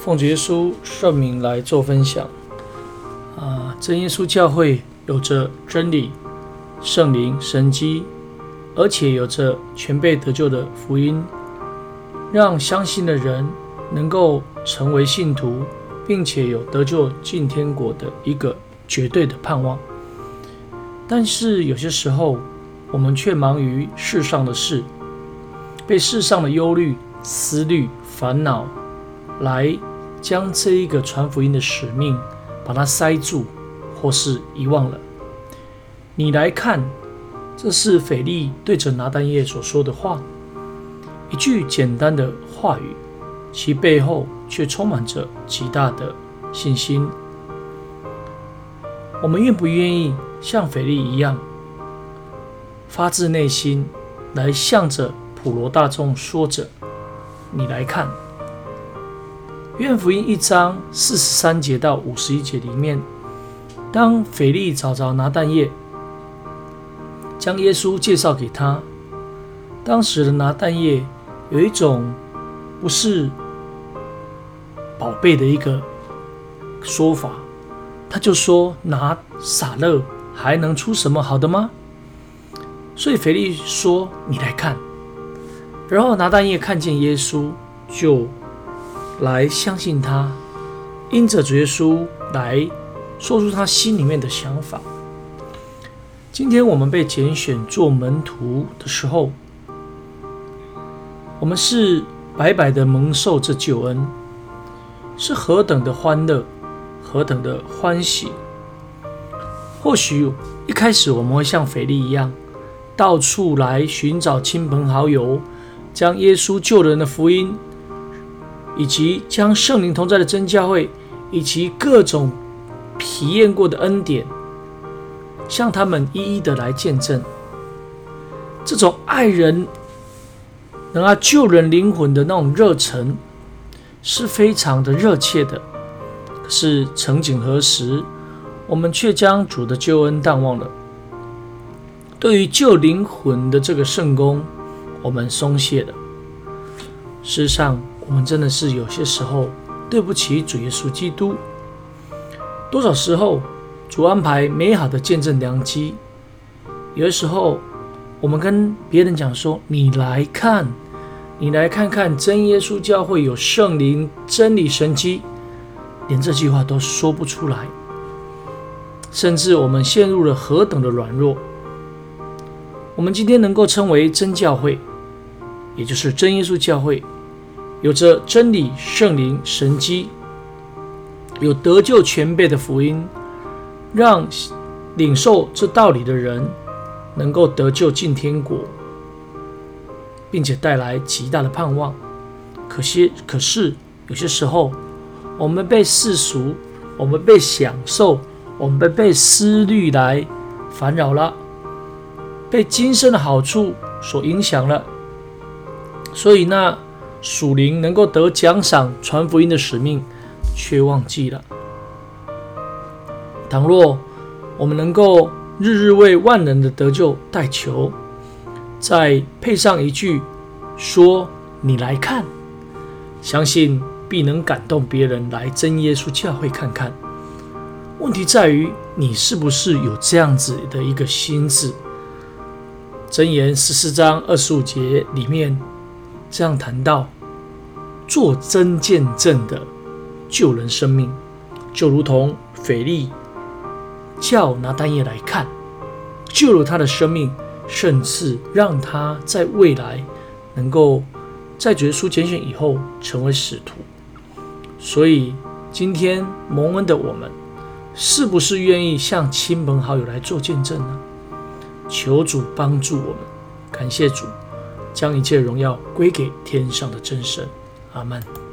奉主耶稣圣名来做分享。真耶稣教会有着真理、圣灵、神迹，而且有着全备得救的福音，让相信的人能够成为信徒，并且有得救进天国的一个绝对的盼望。但是有些时候，我们却忙于世上的事，被世上的忧虑、思虑、烦恼来将这一个传福音的使命把它塞住，或是遗忘了。你来看，这是腓力对着拿但业所说的话，一句简单的话语，其背后却充满着极大的信心。我们愿不愿意像腓力一样，发自内心来向着普罗大众说着，你来看。约翰福音1章43节到51节里面，当腓力找着拿但业，将耶稣介绍给他，当时的拿但业有一种不是宝贝的一个说法，他就说拿撒勒还能出什么好的吗？所以腓力说你来看。然后拿但业看见耶稣，就来相信他，因着主耶稣来说出他心里面的想法。今天我们被拣选做门徒的时候，我们是白白的蒙受这救恩，是何等的欢乐，何等的欢喜。或许一开始我们会像腓力一样，到处来寻找亲朋好友，将耶稣救人的福音，以及将圣灵同在的真教会，以及各种体验过的恩典，向他们一一的来见证。这种爱人能够救人灵魂的那种热忱，是非常的热切的。可是曾几何时，我们却将主的救恩淡忘了。对于救灵魂的这个圣工，我们松懈了。事实上，我们真的是有些时候对不起主耶稣基督。多少时候主安排美好的见证良机，有的时候我们跟别人讲说，你来看，你来看看真耶稣教会有圣灵、真理、神迹，连这句话都说不出来。甚至我们陷入了何等的软弱。我们今天能够称为真教会，也就是真耶稣教会，有着真理、圣灵、神迹，有得救全备的福音，让领受这道理的人能够得救进天国，并且带来极大的盼望。可是有些时候，我们被世俗，我们被享受，我们被思虑来烦扰了，被今生的好处所影响了，所以那属灵能够得奖赏传福音的使命却忘记了。倘若我们能够日日为万人的得救代求，再配上一句说你来看，相信必能感动别人来真耶稣教会看看。问题在于你是不是有这样子的一个心智。箴言14章25节里面这样谈到，做真见证的救人生命，就如同腓力叫拿但业来看，救了他的生命，甚至让他在未来能够在主耶稣拣选以后成为使徒。所以今天蒙恩的我们，是不是愿意向亲朋好友来做见证呢？求主帮助我们，感谢主，将一切荣耀归给天上的真神。阿们。